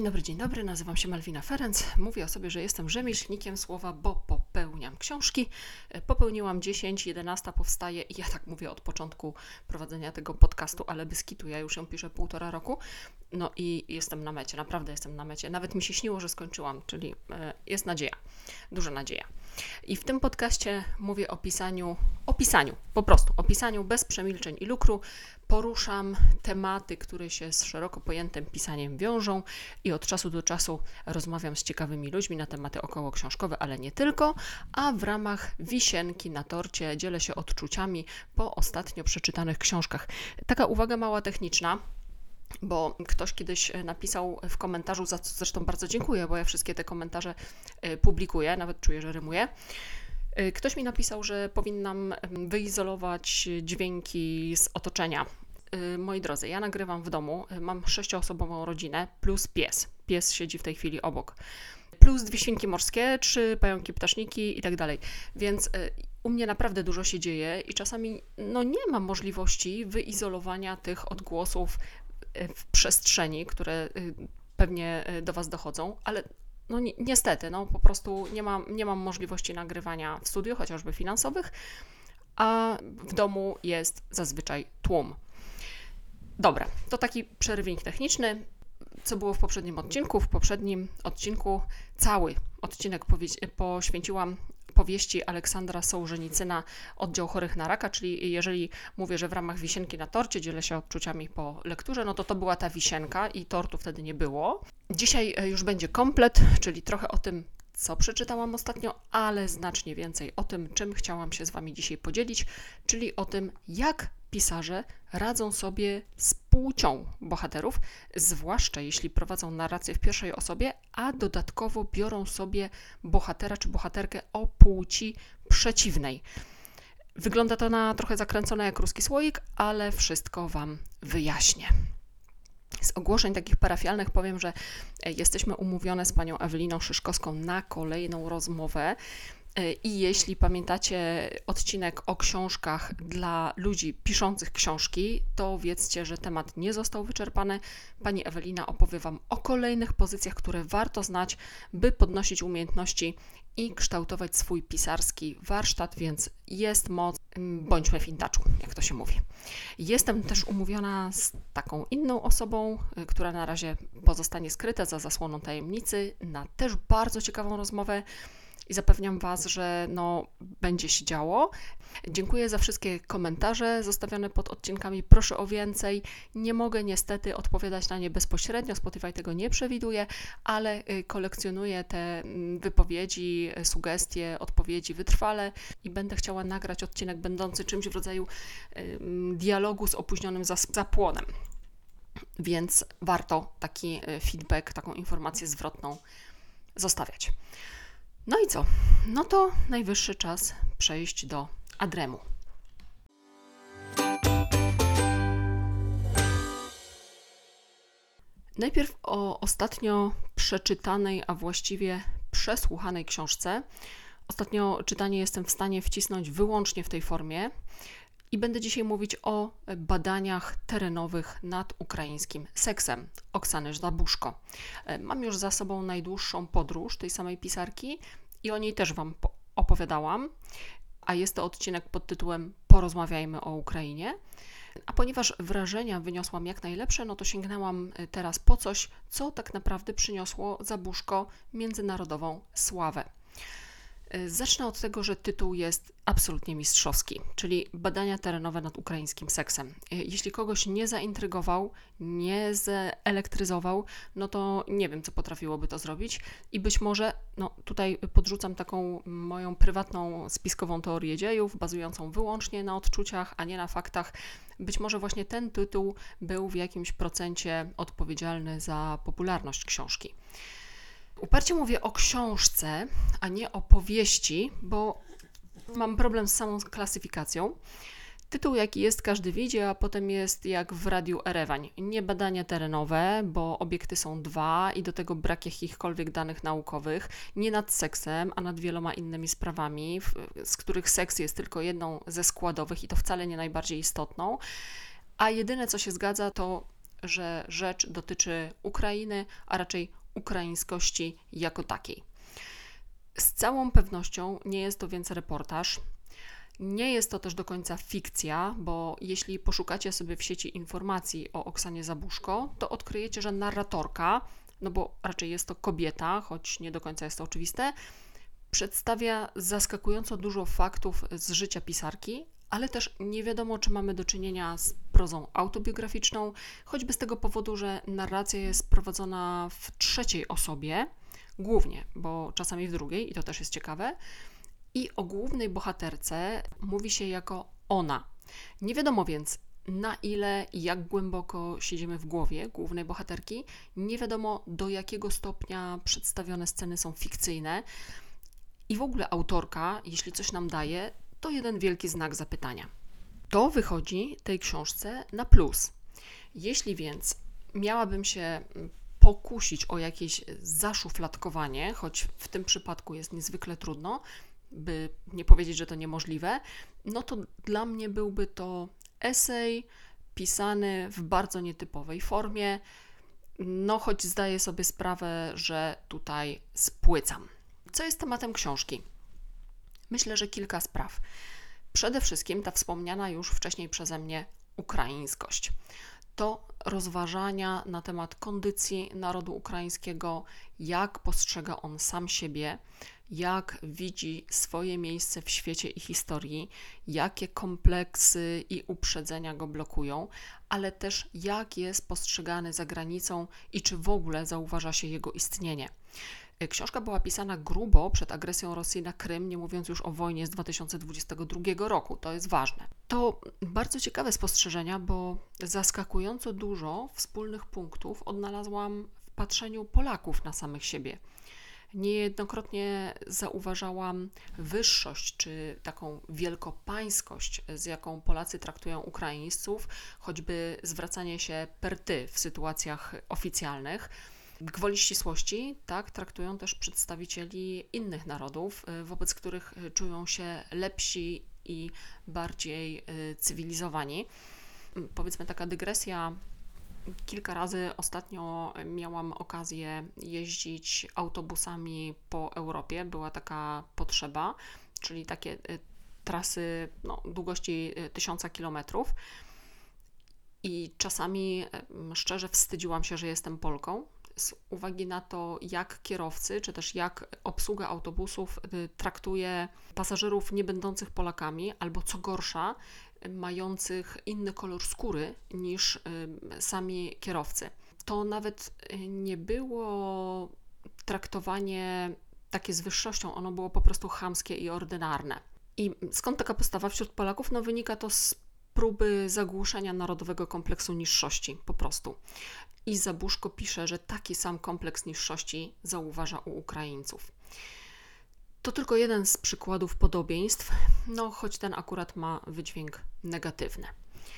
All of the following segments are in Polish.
Dzień dobry, nazywam się Malwina Ferenc. Mówię o sobie, że jestem rzemieślnikiem słowa, bo popełniam książki. Popełniłam 10, 11 powstaje i ja tak mówię od początku prowadzenia tego podcastu, ale bez kitu, ja już ją piszę 1,5 roku. No i jestem na mecie, naprawdę jestem na mecie. Nawet mi się śniło, że skończyłam, czyli jest nadzieja, duża nadzieja. I w tym podcaście mówię o pisaniu bez przemilczeń i lukru. Poruszam tematy, które się z szeroko pojętym pisaniem wiążą i od czasu do czasu rozmawiam z ciekawymi ludźmi na tematy okołoksiążkowe, ale nie tylko, a w ramach wisienki na torcie dzielę się odczuciami po ostatnio przeczytanych książkach. Taka uwaga mała techniczna, bo ktoś kiedyś napisał w komentarzu, za co zresztą bardzo dziękuję, bo ja wszystkie te komentarze publikuję, nawet czuję, że rymuję. Ktoś mi napisał, że powinnam wyizolować dźwięki z otoczenia. Moi drodzy, ja nagrywam w domu, mam 6-osobową rodzinę plus pies. Pies siedzi w tej chwili obok. Plus 2 świnki morskie, 3 pająki, ptaszniki i tak dalej. Więc u mnie naprawdę dużo się dzieje i czasami nie mam możliwości wyizolowania tych odgłosów w przestrzeni, które pewnie do Was dochodzą, ale niestety, po prostu nie mam możliwości nagrywania w studiu, chociażby finansowych, a w domu jest zazwyczaj tłum. Dobra, to taki przerywnik techniczny. Co było w poprzednim odcinku? W poprzednim odcinku cały odcinek poświęciłam powieści Aleksandra Sołżenicyna Oddział chorych na raka, czyli jeżeli mówię, że w ramach wisienki na torcie dzielę się odczuciami po lekturze, to była ta wisienka i tortu wtedy nie było. Dzisiaj już będzie komplet, czyli trochę o tym, co przeczytałam ostatnio, ale znacznie więcej o tym, czym chciałam się z Wami dzisiaj podzielić, czyli o tym, jak pisarze radzą sobie z płcią bohaterów, zwłaszcza jeśli prowadzą narrację w pierwszej osobie, a dodatkowo biorą sobie bohatera czy bohaterkę o płci przeciwnej. Wygląda to na trochę zakręcone jak ruski słoik, ale wszystko Wam wyjaśnię. Z ogłoszeń takich parafialnych powiem, że jesteśmy umówione z panią Eweliną Szyszkowską na kolejną rozmowę. I jeśli pamiętacie odcinek o książkach dla ludzi piszących książki, to wiedzcie, że temat nie został wyczerpany. Pani Ewelina opowie Wam o kolejnych pozycjach, które warto znać, by podnosić umiejętności i kształtować swój pisarski warsztat, więc jest moc, bądźmy w intaczu, jak to się mówi. Jestem też umówiona z taką inną osobą, która na razie pozostanie skryta za zasłoną tajemnicy, na też bardzo ciekawą rozmowę. I zapewniam Was, że będzie się działo. Dziękuję za wszystkie komentarze zostawione pod odcinkami. Proszę o więcej. Nie mogę niestety odpowiadać na nie bezpośrednio. Spotify tego nie przewiduje, ale kolekcjonuję te wypowiedzi, sugestie, odpowiedzi wytrwale i będę chciała nagrać odcinek będący czymś w rodzaju dialogu z opóźnionym zapłonem. Więc warto taki feedback, taką informację zwrotną zostawiać. No i co? To najwyższy czas przejść do Adremu. Najpierw o ostatnio przeczytanej, a właściwie przesłuchanej książce. Ostatnio czytanie jestem w stanie wcisnąć wyłącznie w tej formie i będę dzisiaj mówić o badaniach terenowych nad ukraińskim seksem Oksany Zabuszko. Mam już za sobą najdłuższą podróż tej samej pisarki i o niej też Wam opowiadałam, a jest to odcinek pod tytułem Porozmawiajmy o Ukrainie. A ponieważ wrażenia wyniosłam jak najlepsze, to sięgnęłam teraz po coś, co tak naprawdę przyniosło Zabuszko międzynarodową sławę. Zacznę od tego, że tytuł jest absolutnie mistrzowski, czyli badania terenowe nad ukraińskim seksem. Jeśli kogoś nie zaintrygował, nie zelektryzował, to nie wiem, co potrafiłoby to zrobić i być może, tutaj podrzucam taką moją prywatną spiskową teorię dziejów, bazującą wyłącznie na odczuciach, a nie na faktach. Być może właśnie ten tytuł był w jakimś procencie odpowiedzialny za popularność książki. Uparcie mówię o książce, a nie o powieści, bo mam problem z samą klasyfikacją. Tytuł jaki jest, każdy widzi, a potem jest jak w Radiu Erewań. Nie badania terenowe, bo obiekty są 2 i do tego brak jakichkolwiek danych naukowych. Nie nad seksem, a nad wieloma innymi sprawami, z których seks jest tylko jedną ze składowych i to wcale nie najbardziej istotną. A jedyne, co się zgadza, to że rzecz dotyczy Ukrainy, a raczej ukraińskości jako takiej. Z całą pewnością nie jest to więc reportaż. Nie jest to też do końca fikcja, bo jeśli poszukacie sobie w sieci informacji o Oksanie Zabuszko, to odkryjecie, że narratorka, no bo raczej jest to kobieta, choć nie do końca jest to oczywiste, przedstawia zaskakująco dużo faktów z życia pisarki, ale też nie wiadomo, czy mamy do czynienia z prozą autobiograficzną, choćby z tego powodu, że narracja jest prowadzona w trzeciej osobie, głównie, bo czasami w drugiej, i to też jest ciekawe, i o głównej bohaterce mówi się jako ona. Nie wiadomo więc, na ile i jak głęboko siedzimy w głowie głównej bohaterki, nie wiadomo, do jakiego stopnia przedstawione sceny są fikcyjne i w ogóle autorka, jeśli coś nam daje, to jeden wielki znak zapytania. To wychodzi tej książce na plus. Jeśli więc miałabym się pokusić o jakieś zaszufladkowanie, choć w tym przypadku jest niezwykle trudno, by nie powiedzieć, że to niemożliwe, no to dla mnie byłby to esej pisany w bardzo nietypowej formie, no choć zdaję sobie sprawę, że tutaj spłycam. Co jest tematem książki? Myślę, że kilka spraw. Przede wszystkim ta wspomniana już wcześniej przeze mnie ukraińskość. To rozważania na temat kondycji narodu ukraińskiego, jak postrzega on sam siebie, jak widzi swoje miejsce w świecie i historii, jakie kompleksy i uprzedzenia go blokują, ale też jak jest postrzegany za granicą i czy w ogóle zauważa się jego istnienie. Książka była pisana grubo przed agresją Rosji na Krym, nie mówiąc już o wojnie z 2022 roku. To jest ważne. To bardzo ciekawe spostrzeżenia, bo zaskakująco dużo wspólnych punktów odnalazłam w patrzeniu Polaków na samych siebie. Niejednokrotnie zauważałam wyższość czy taką wielkopańskość, z jaką Polacy traktują Ukraińców, choćby zwracanie się per ty w sytuacjach oficjalnych. Gwoli ścisłości, tak, traktują też przedstawicieli innych narodów, wobec których czują się lepsi i bardziej cywilizowani. Powiedzmy taka dygresja. Kilka razy ostatnio miałam okazję jeździć autobusami po Europie. Była taka potrzeba, czyli takie trasy długości 1000 kilometrów. I czasami szczerze wstydziłam się, że jestem Polką, z uwagi na to, jak kierowcy, czy też jak obsługa autobusów traktuje pasażerów nie będących Polakami, albo co gorsza, mających inny kolor skóry niż sami kierowcy. To nawet nie było traktowanie takie z wyższością, ono było po prostu chamskie i ordynarne. I skąd taka postawa wśród Polaków? No wynika to z próby zagłuszenia narodowego kompleksu niższości, po prostu. I Zabuszko pisze, że taki sam kompleks niższości zauważa u Ukraińców. To tylko jeden z przykładów podobieństw, choć ten akurat ma wydźwięk negatywny.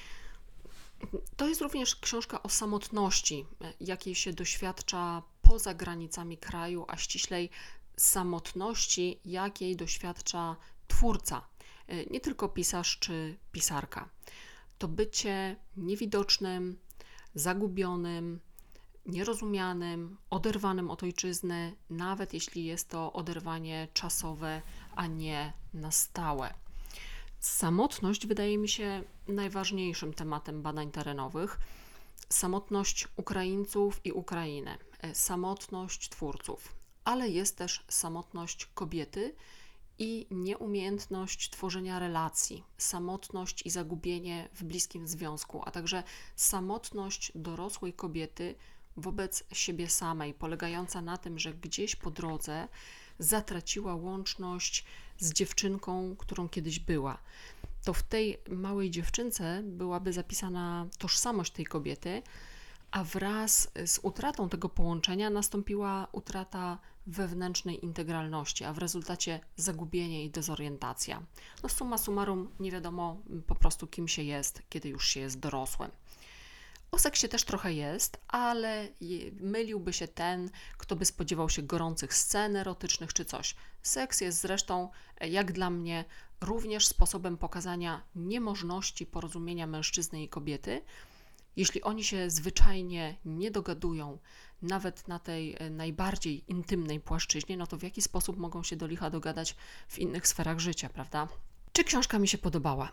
To jest również książka o samotności, jakiej się doświadcza poza granicami kraju, a ściślej samotności, jakiej doświadcza twórca, nie tylko pisarz czy pisarka. To bycie niewidocznym, zagubionym, nierozumianym, oderwanym od ojczyzny, nawet jeśli jest to oderwanie czasowe, a nie na stałe. Samotność wydaje mi się najważniejszym tematem badań terenowych. Samotność Ukraińców i Ukrainy, samotność twórców, ale jest też samotność kobiety i nieumiejętność tworzenia relacji, samotność i zagubienie w bliskim związku, a także samotność dorosłej kobiety wobec siebie samej, polegająca na tym, że gdzieś po drodze zatraciła łączność z dziewczynką, którą kiedyś była. To w tej małej dziewczynce byłaby zapisana tożsamość tej kobiety, a wraz z utratą tego połączenia nastąpiła utrata wewnętrznej integralności, a w rezultacie zagubienie i dezorientacja. Summa summarum nie wiadomo po prostu, kim się jest, kiedy już się jest dorosłym. O seksie też trochę jest, ale myliłby się ten, kto by spodziewał się gorących scen erotycznych czy coś. Seks jest zresztą, jak dla mnie, również sposobem pokazania niemożności porozumienia mężczyzny i kobiety, Jeśli oni się zwyczajnie nie dogadują, nawet na tej najbardziej intymnej płaszczyźnie, no to w jaki sposób mogą się do licha dogadać w innych sferach życia, prawda? Czy książka mi się podobała?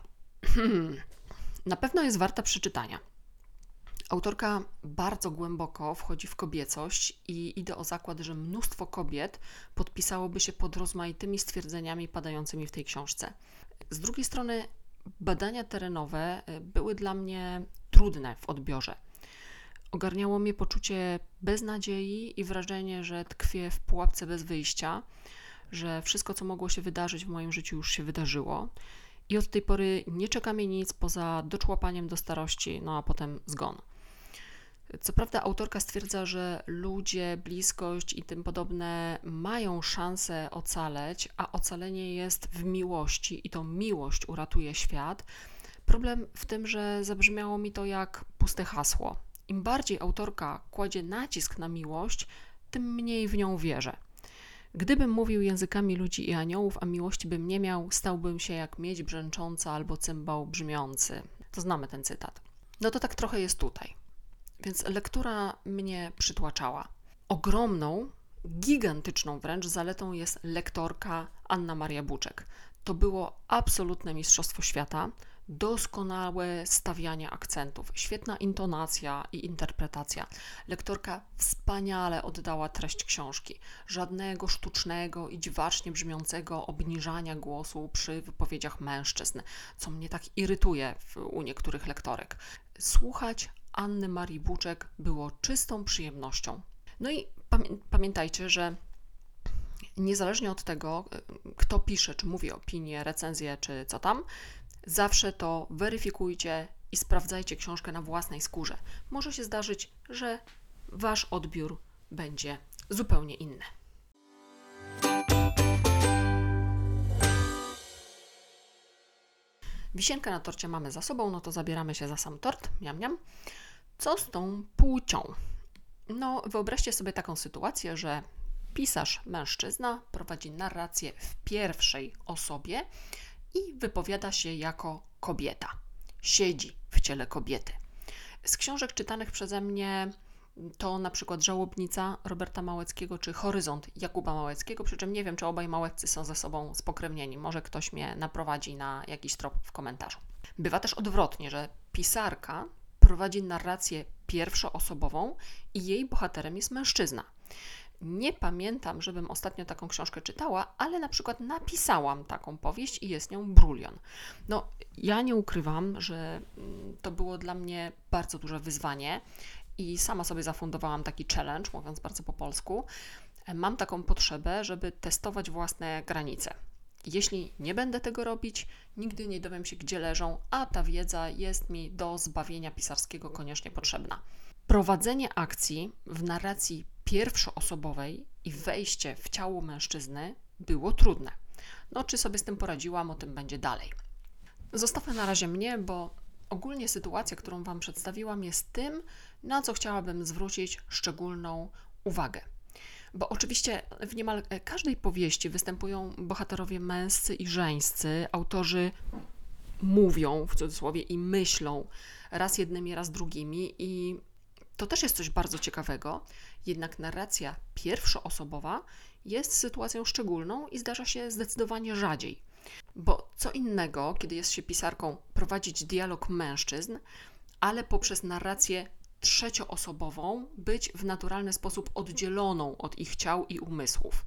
Na pewno jest warta przeczytania. Autorka bardzo głęboko wchodzi w kobiecość i idę o zakład, że mnóstwo kobiet podpisałoby się pod rozmaitymi stwierdzeniami padającymi w tej książce. Z drugiej strony badania terenowe były dla mnie trudne w odbiorze. Ogarniało mnie poczucie beznadziei i wrażenie, że tkwię w pułapce bez wyjścia, że wszystko, co mogło się wydarzyć w moim życiu, już się wydarzyło i od tej pory nie czeka mnie nic poza doczłapaniem do starości, no a potem zgon. Co prawda autorka stwierdza, że ludzie, bliskość i tym podobne mają szansę ocaleć, a ocalenie jest w miłości i to miłość uratuje świat. Problem w tym, że zabrzmiało mi to jak puste hasło. Im bardziej autorka kładzie nacisk na miłość, tym mniej w nią wierzę. Gdybym mówił językami ludzi i aniołów, a miłości bym nie miał, stałbym się jak miedź brzęcząca albo cymbał brzmiący. To znamy ten cytat. No to tak trochę jest tutaj. Więc lektura mnie przytłaczała. Ogromną, gigantyczną wręcz zaletą jest lektorka Anna Maria Buczek. To było absolutne mistrzostwo świata, doskonałe stawianie akcentów, świetna intonacja i interpretacja. Lektorka wspaniale oddała treść książki. Żadnego sztucznego i dziwacznie brzmiącego obniżania głosu przy wypowiedziach mężczyzn, co mnie tak irytuje u niektórych lektorek. Słuchać Anny Marii Buczek było czystą przyjemnością. No i pamiętajcie, że niezależnie od tego, kto pisze, czy mówi opinię, recenzję, czy co tam, zawsze to weryfikujcie i sprawdzajcie książkę na własnej skórze. Może się zdarzyć, że wasz odbiór będzie zupełnie inny. Wisienkę na torcie mamy za sobą, no to zabieramy się za sam tort, miam, miam. Co z tą płcią? No, wyobraźcie sobie taką sytuację, że pisarz mężczyzna prowadzi narrację w pierwszej osobie i wypowiada się jako kobieta. Siedzi w ciele kobiety. Z książek czytanych przeze mnie to na przykład Żałobnica Roberta Małeckiego czy Horyzont Jakuba Małeckiego, przy czym nie wiem, czy obaj Małeccy są ze sobą spokrewnieni. Może ktoś mnie naprowadzi na jakiś trop w komentarzu. Bywa też odwrotnie, że pisarka prowadzi narrację pierwszoosobową i jej bohaterem jest mężczyzna. Nie pamiętam, żebym ostatnio taką książkę czytała, ale na przykład napisałam taką powieść i jest nią Brulion. No, ja nie ukrywam, że to było dla mnie bardzo duże wyzwanie i sama sobie zafundowałam taki challenge, mówiąc bardzo po polsku. Mam taką potrzebę, żeby testować własne granice. Jeśli nie będę tego robić, nigdy nie dowiem się, gdzie leżą, a ta wiedza jest mi do zbawienia pisarskiego koniecznie potrzebna. Prowadzenie akcji w narracji pierwszoosobowej i wejście w ciało mężczyzny było trudne. No, czy sobie z tym poradziłam, o tym będzie dalej. Zostawmy na razie mnie, bo ogólnie sytuacja, którą Wam przedstawiłam, jest tym, na co chciałabym zwrócić szczególną uwagę. Bo oczywiście w niemal każdej powieści występują bohaterowie męscy i żeńscy. Autorzy mówią, w cudzysłowie, i myślą raz jednymi, raz drugimi i to też jest coś bardzo ciekawego, jednak narracja pierwszoosobowa jest sytuacją szczególną i zdarza się zdecydowanie rzadziej. Bo co innego, kiedy jest się pisarką, prowadzić dialog mężczyzn, ale poprzez narrację trzecioosobową być w naturalny sposób oddzieloną od ich ciał i umysłów,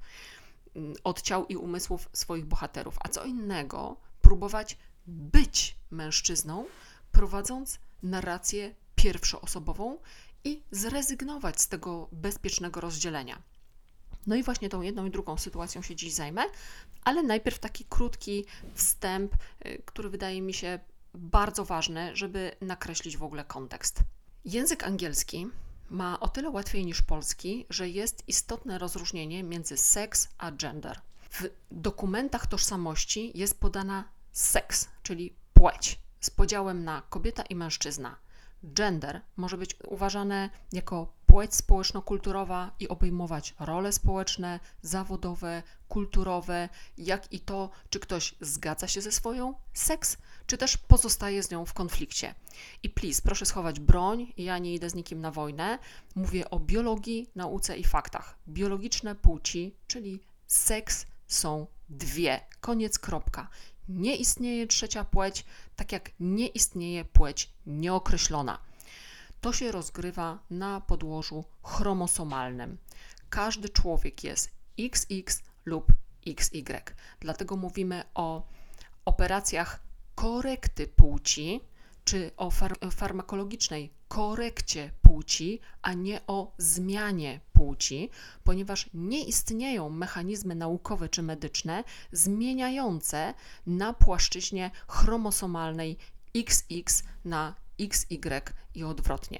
od ciał i umysłów swoich bohaterów. A co innego próbować być mężczyzną, prowadząc narrację pierwszoosobową i zrezygnować z tego bezpiecznego rozdzielenia. No i właśnie tą jedną i drugą sytuacją się dziś zajmę, ale najpierw taki krótki wstęp, który wydaje mi się bardzo ważny, żeby nakreślić w ogóle kontekst. Język angielski ma o tyle łatwiej niż polski, że jest istotne rozróżnienie między seks a gender. W dokumentach tożsamości jest podana seks, czyli płeć, z podziałem na kobieta i mężczyzna. Gender może być uważane jako płeć społeczno-kulturowa i obejmować role społeczne, zawodowe, kulturowe, jak i to, czy ktoś zgadza się ze swoją seks, czy też pozostaje z nią w konflikcie. I please, proszę schować broń, ja nie idę z nikim na wojnę. Mówię o biologii, nauce i faktach. Biologiczne płci, czyli seks, są dwie. Koniec, kropka. Nie istnieje trzecia płeć, tak jak nie istnieje płeć nieokreślona. To się rozgrywa na podłożu chromosomalnym. Każdy człowiek jest XX lub XY. Dlatego mówimy o operacjach korekty płci, czy o farmakologicznej korekcie płci, a nie o zmianie płci, ponieważ nie istnieją mechanizmy naukowe czy medyczne zmieniające na płaszczyźnie chromosomalnej XX na XY i odwrotnie.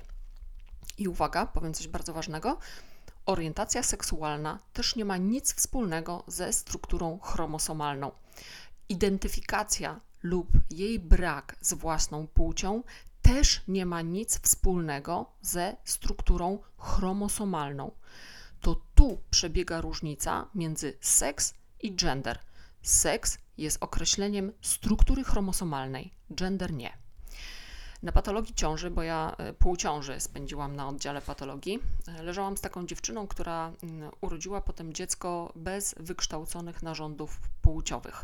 I uwaga, powiem coś bardzo ważnego. Orientacja seksualna też nie ma nic wspólnego ze strukturą chromosomalną. Identyfikacja lub jej brak z własną płcią też nie ma nic wspólnego ze strukturą chromosomalną. To tu przebiega różnica między seks i gender. Seks jest określeniem struktury chromosomalnej, gender nie. Na patologii ciąży, bo ja pół ciąży spędziłam na oddziale patologii, leżałam z taką dziewczyną, która urodziła potem dziecko bez wykształconych narządów płciowych.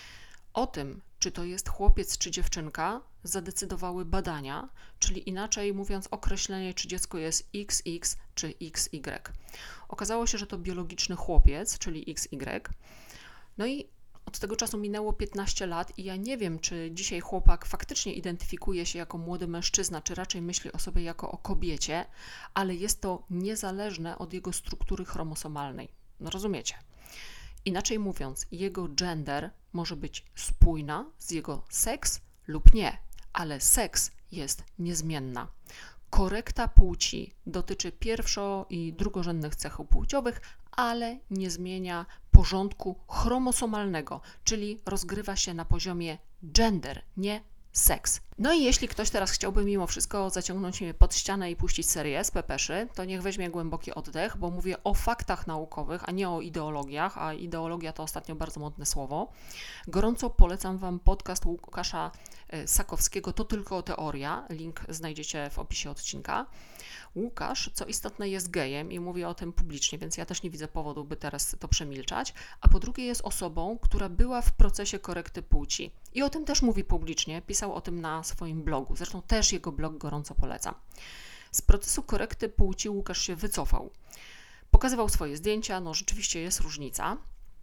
O tym, czy to jest chłopiec czy dziewczynka, zadecydowały badania, czyli inaczej mówiąc określenie, czy dziecko jest XX czy XY. Okazało się, że to biologiczny chłopiec, czyli XY. No i od tego czasu minęło 15 lat i ja nie wiem, czy dzisiaj chłopak faktycznie identyfikuje się jako młody mężczyzna, czy raczej myśli o sobie jako o kobiecie, ale jest to niezależne od jego struktury chromosomalnej. No rozumiecie? Inaczej mówiąc, jego gender może być spójna z jego seks lub nie, ale seks jest niezmienna. Korekta płci dotyczy pierwszo- i drugorzędnych cech płciowych, ale nie zmienia porządku chromosomalnego, czyli rozgrywa się na poziomie gender, nie seks. No i jeśli ktoś teraz chciałby mimo wszystko zaciągnąć mnie pod ścianę i puścić serię z pepeszy, to niech weźmie głęboki oddech, bo mówię o faktach naukowych, a nie o ideologiach, a ideologia to ostatnio bardzo modne słowo. Gorąco polecam Wam podcast Łukasza Sakowskiego, to tylko teoria, link znajdziecie w opisie odcinka. Łukasz, co istotne, jest gejem i mówię o tym publicznie, więc ja też nie widzę powodu, by teraz to przemilczać, a po drugie jest osobą, która była w procesie korekty płci i o tym też mówi publicznie, pisał o tym na swoim blogu, zresztą też jego blog gorąco polecam. Z procesu korekty płci Łukasz się wycofał, pokazywał swoje zdjęcia, no rzeczywiście jest różnica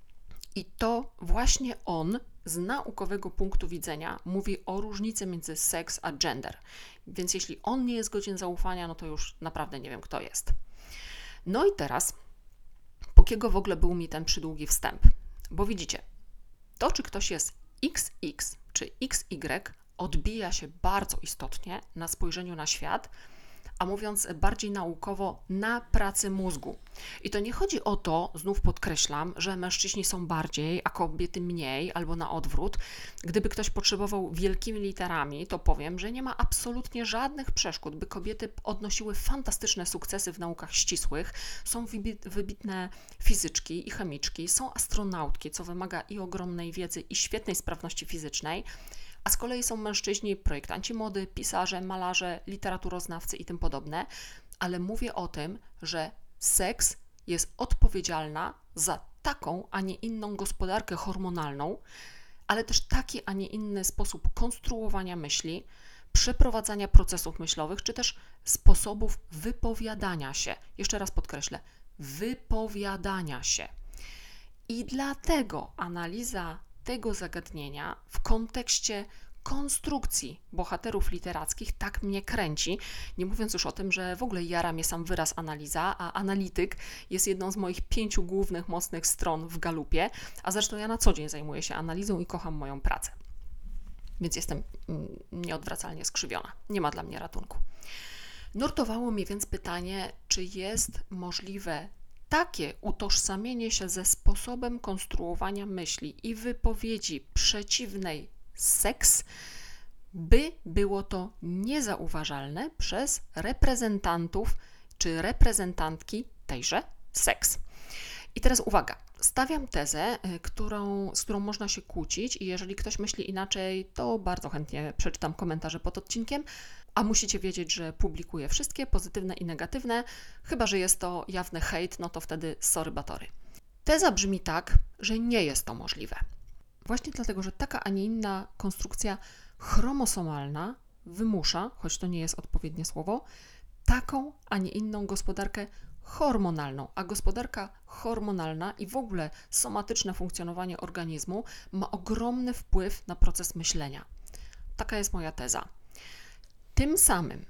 i to właśnie on z naukowego punktu widzenia mówi o różnicy między seks a gender. Więc jeśli on nie jest godzien zaufania, no to już naprawdę nie wiem, kto jest. No i teraz, po kiego w ogóle był mi ten przydługi wstęp? Bo widzicie, to czy ktoś jest XX czy XY odbija się bardzo istotnie na spojrzeniu na świat, a mówiąc bardziej naukowo, na pracy mózgu. I to nie chodzi o to, znów podkreślam, że mężczyźni są bardziej, a kobiety mniej, albo na odwrót. Gdyby ktoś potrzebował wielkimi literami, to powiem, że nie ma absolutnie żadnych przeszkód, by kobiety odnosiły fantastyczne sukcesy w naukach ścisłych. Są wybitne fizyczki i chemiczki, są astronautki, co wymaga i ogromnej wiedzy, i świetnej sprawności fizycznej. A z kolei są mężczyźni, projektanci mody, pisarze, malarze, literaturoznawcy i tym podobne, ale mówię o tym, że seks jest odpowiedzialna za taką, a nie inną gospodarkę hormonalną, ale też taki, a nie inny sposób konstruowania myśli, przeprowadzania procesów myślowych, czy też sposobów wypowiadania się. Jeszcze raz podkreślę, wypowiadania się. I dlatego analiza tego zagadnienia w kontekście konstrukcji bohaterów literackich tak mnie kręci, nie mówiąc już o tym, że w ogóle jara mnie sam wyraz analiza, a analityk jest jedną z moich 5 głównych, mocnych stron w Galupie, a zresztą ja na co dzień zajmuję się analizą i kocham moją pracę. Więc jestem nieodwracalnie skrzywiona. Nie ma dla mnie ratunku. Nurtowało mnie więc pytanie, czy jest możliwe takie utożsamienie się ze sposobem konstruowania myśli i wypowiedzi przeciwnej seks, by było to niezauważalne przez reprezentantów czy reprezentantki tejże seks. I teraz uwaga, stawiam tezę, z którą można się kłócić i jeżeli ktoś myśli inaczej, to bardzo chętnie przeczytam komentarze pod odcinkiem, a musicie wiedzieć, że publikuję wszystkie, pozytywne i negatywne, chyba że jest to jawny hejt, no to wtedy sorry batory. Teza brzmi tak, że nie jest to możliwe. Właśnie dlatego, że taka, a nie inna konstrukcja chromosomalna wymusza, choć to nie jest odpowiednie słowo, taką, a nie inną gospodarkę hormonalną, a gospodarka hormonalna i w ogóle somatyczne funkcjonowanie organizmu ma ogromny wpływ na proces myślenia. Taka jest moja teza. Tym samym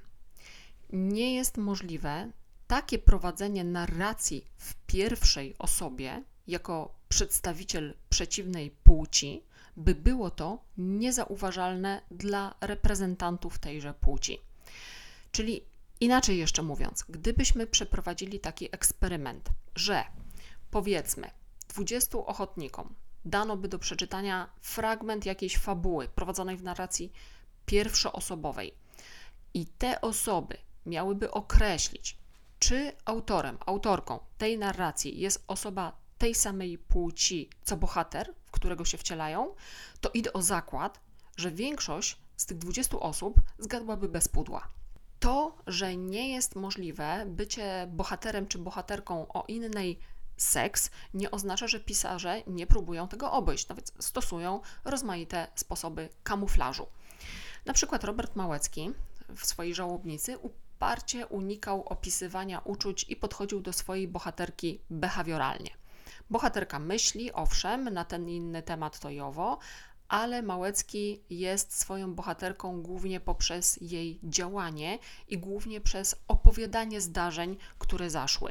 nie jest możliwe takie prowadzenie narracji w pierwszej osobie jako przedstawiciel przeciwnej płci, by było to niezauważalne dla reprezentantów tejże płci. Czyli inaczej jeszcze mówiąc, gdybyśmy przeprowadzili taki eksperyment, że powiedzmy 20 ochotnikom dano by do przeczytania fragment jakiejś fabuły prowadzonej w narracji pierwszoosobowej i te osoby miałyby określić, czy autorem, autorką tej narracji jest osoba tej samej płci co bohater, w którego się wcielają, to idę o zakład, że większość z tych 20 osób zgadłaby bez pudła. To, że nie jest możliwe bycie bohaterem czy bohaterką o innej seks, nie oznacza, że pisarze nie próbują tego obejść, nawet stosują rozmaite sposoby kamuflażu. Na przykład Robert Małecki w swojej Żałobnicy uparcie unikał opisywania uczuć i podchodził do swojej bohaterki behawioralnie. Bohaterka myśli, owszem, na ten inny temat to i owo, ale Małecki jest swoją bohaterką głównie poprzez jej działanie i głównie przez opowiadanie zdarzeń, które zaszły.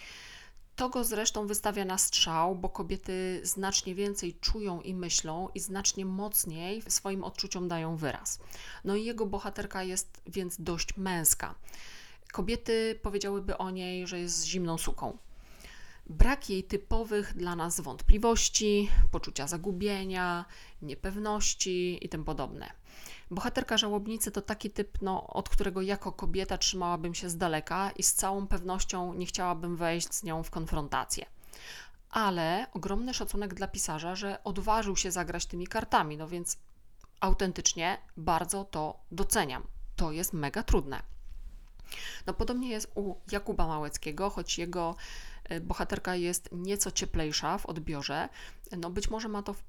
To go zresztą wystawia na strzał, bo kobiety znacznie więcej czują i myślą i znacznie mocniej swoim odczuciom dają wyraz. No i jego bohaterka jest więc dość męska. Kobiety powiedziałyby o niej, że jest zimną suką. Brak jej typowych dla nas wątpliwości, poczucia zagubienia, niepewności i tym podobne. Bohaterka Żałobnicy to taki typ, od którego jako kobieta trzymałabym się z daleka i z całą pewnością nie chciałabym wejść z nią w konfrontację. Ale ogromny szacunek dla pisarza, że odważył się zagrać tymi kartami, no więc autentycznie bardzo to doceniam. To jest mega trudne. No podobnie jest u Jakuba Małeckiego, choć jego bohaterka jest nieco cieplejsza w odbiorze. No być może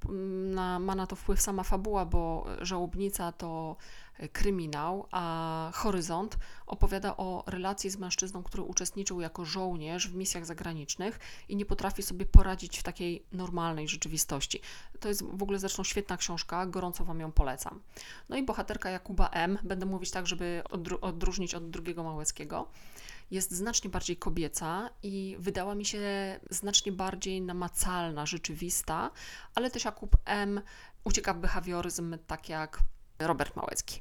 ma na to wpływ sama fabuła, bo Żałobnica to kryminał, a Horyzont opowiada o relacji z mężczyzną, który uczestniczył jako żołnierz w misjach zagranicznych i nie potrafi sobie poradzić w takiej normalnej rzeczywistości. To jest w ogóle zresztą świetna książka, gorąco Wam ją polecam. No i bohaterka Jakuba M., będę mówić tak, żeby odróżnić od drugiego Małeckiego, jest znacznie bardziej kobieca i wydała mi się znacznie bardziej namacalna, rzeczywista, ale też Jakub M. ucieka w behawioryzm, tak jak Robert Małecki.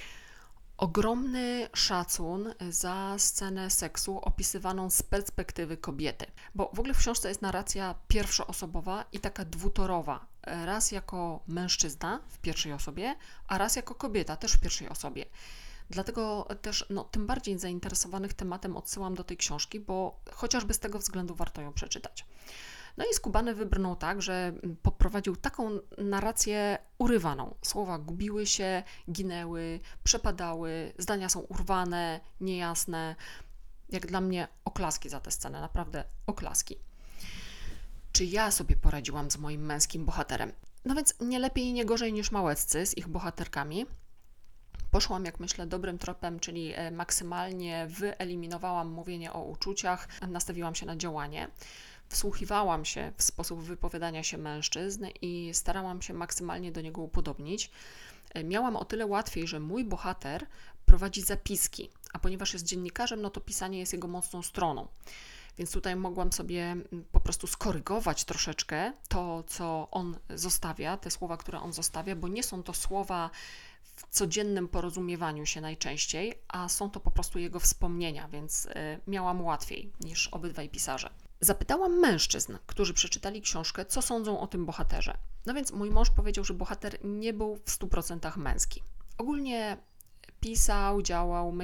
Ogromny szacun za scenę seksu opisywaną z perspektywy kobiety, bo w ogóle w książce jest narracja pierwszoosobowa i taka dwutorowa, raz jako mężczyzna w pierwszej osobie, a raz jako kobieta też w pierwszej osobie. Dlatego też tym bardziej zainteresowanych tematem odsyłam do tej książki, bo chociażby z tego względu warto ją przeczytać. No i Skubany wybrnął tak, że poprowadził taką narrację urywaną. Słowa gubiły się, ginęły, przepadały, zdania są urwane, niejasne. Jak dla mnie oklaski za tę scenę, naprawdę oklaski. Czy ja sobie poradziłam z moim męskim bohaterem? No więc nie lepiej i nie gorzej niż Małeccy z ich bohaterkami. Poszłam, jak myślę, dobrym tropem, czyli maksymalnie wyeliminowałam mówienie o uczuciach, nastawiłam się na działanie. Wsłuchiwałam się w sposób wypowiadania się mężczyzn i starałam się maksymalnie do niego upodobnić. Miałam o tyle łatwiej, że mój bohater prowadzi zapiski, a ponieważ jest dziennikarzem, no to pisanie jest jego mocną stroną. Więc tutaj mogłam sobie po prostu skorygować troszeczkę to, co on zostawia, te słowa, które on zostawia, bo nie są to słowa w codziennym porozumiewaniu się najczęściej, a są to po prostu jego wspomnienia, więc miałam łatwiej niż obydwaj pisarze. Zapytałam mężczyzn, którzy przeczytali książkę, co sądzą o tym bohaterze. No więc mój mąż powiedział, że bohater nie był w 100% męski. Ogólnie pisał, działał, myślał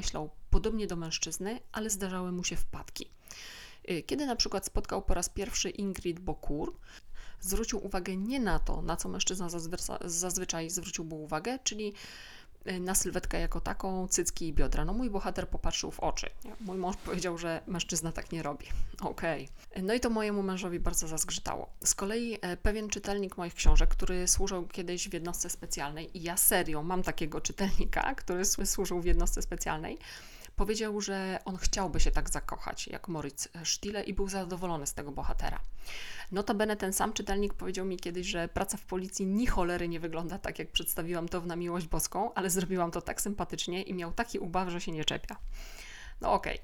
podobnie do mężczyzny, ale zdarzały mu się wpadki. Kiedy na przykład spotkał po raz pierwszy Ingrid Bocour, zwrócił uwagę nie na to, na co mężczyzna zazwyczaj zwróciłby uwagę, czyli na sylwetkę jako taką, cycki i biodra. No mój bohater popatrzył w oczy. Mój mąż powiedział, że mężczyzna tak nie robi. Okej. No i to mojemu mężowi bardzo zazgrzytało. Z kolei pewien czytelnik moich książek, który służył kiedyś w jednostce specjalnej, i ja serio mam takiego czytelnika, który służył w jednostce specjalnej, powiedział, że on chciałby się tak zakochać jak Moritz Stille i był zadowolony z tego bohatera. Notabene ten sam czytelnik powiedział mi kiedyś, że praca w policji ni cholery nie wygląda tak, jak przedstawiłam to w Na miłość boską, ale zrobiłam to tak sympatycznie i miał taki ubaw, że się nie czepia. No okej.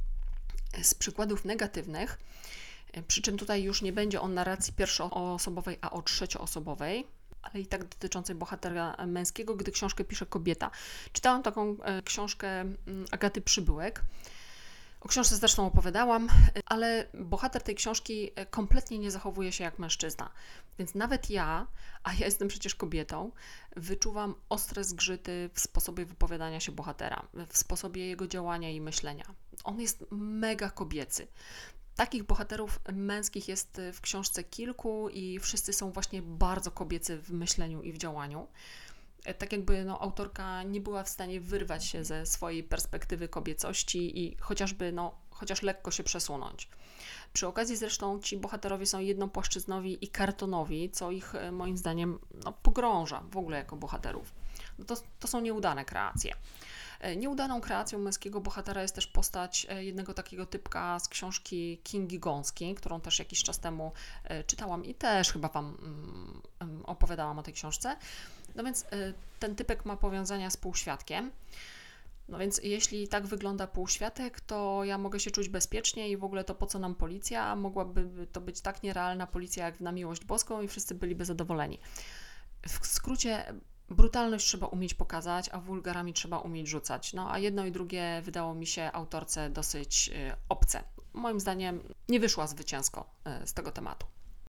Z przykładów negatywnych, przy czym tutaj już nie będzie on narracji pierwszoosobowej, a o trzecioosobowej, ale i tak dotyczącej bohatera męskiego, gdy książkę pisze kobieta. Czytałam taką książkę Agaty Przybyłek. O książce zresztą opowiadałam, ale bohater tej książki kompletnie nie zachowuje się jak mężczyzna. Więc nawet ja, a ja jestem przecież kobietą, wyczuwam ostre zgrzyty w sposobie wypowiadania się bohatera, w sposobie jego działania i myślenia. On jest mega kobiecy. Takich bohaterów męskich jest w książce kilku i wszyscy są właśnie bardzo kobiecy w myśleniu i w działaniu. Tak jakby autorka nie była w stanie wyrwać się ze swojej perspektywy kobiecości i chociaż lekko się przesunąć. Przy okazji zresztą ci bohaterowie są jednopłaszczyznowi i kartonowi, co ich moim zdaniem pogrąża w ogóle jako bohaterów. To są nieudane kreacje. Nieudaną kreacją męskiego bohatera jest też postać jednego takiego typka z książki Kingi Gąskiej, którą też jakiś czas temu czytałam i też chyba Wam opowiadałam o tej książce. No więc ten typek ma powiązania z półświadkiem. No więc jeśli tak wygląda półświatek, to ja mogę się czuć bezpiecznie i w ogóle to po co nam policja, a mogłaby to być tak nierealna policja jak w Na miłość boską i wszyscy byliby zadowoleni. W skrócie, brutalność trzeba umieć pokazać, a wulgarami trzeba umieć rzucać. No a jedno i drugie wydało mi się autorce dosyć obce. Moim zdaniem nie wyszła zwycięsko z tego tematu.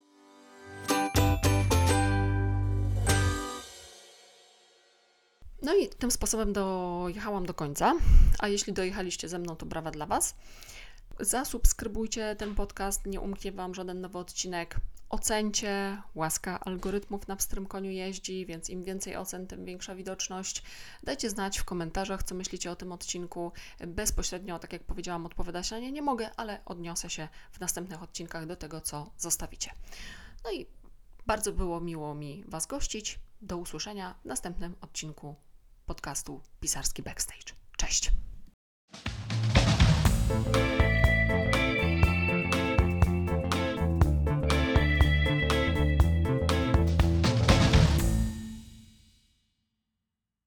No i tym sposobem dojechałam do końca, a jeśli dojechaliście ze mną, to brawa dla Was. Zasubskrybujcie ten podcast, nie umknie Wam żaden nowy odcinek. Ocencie, łaska algorytmów na pstrym koniu jeździ, więc im więcej ocen, tym większa widoczność. Dajcie znać w komentarzach, co myślicie o tym odcinku. Bezpośrednio, tak jak powiedziałam, odpowiadać na nie nie mogę, ale odniosę się w następnych odcinkach do tego, co zostawicie. No i bardzo było miło mi Was gościć. Do usłyszenia w następnym odcinku podcastu Pisarski Backstage. Cześć!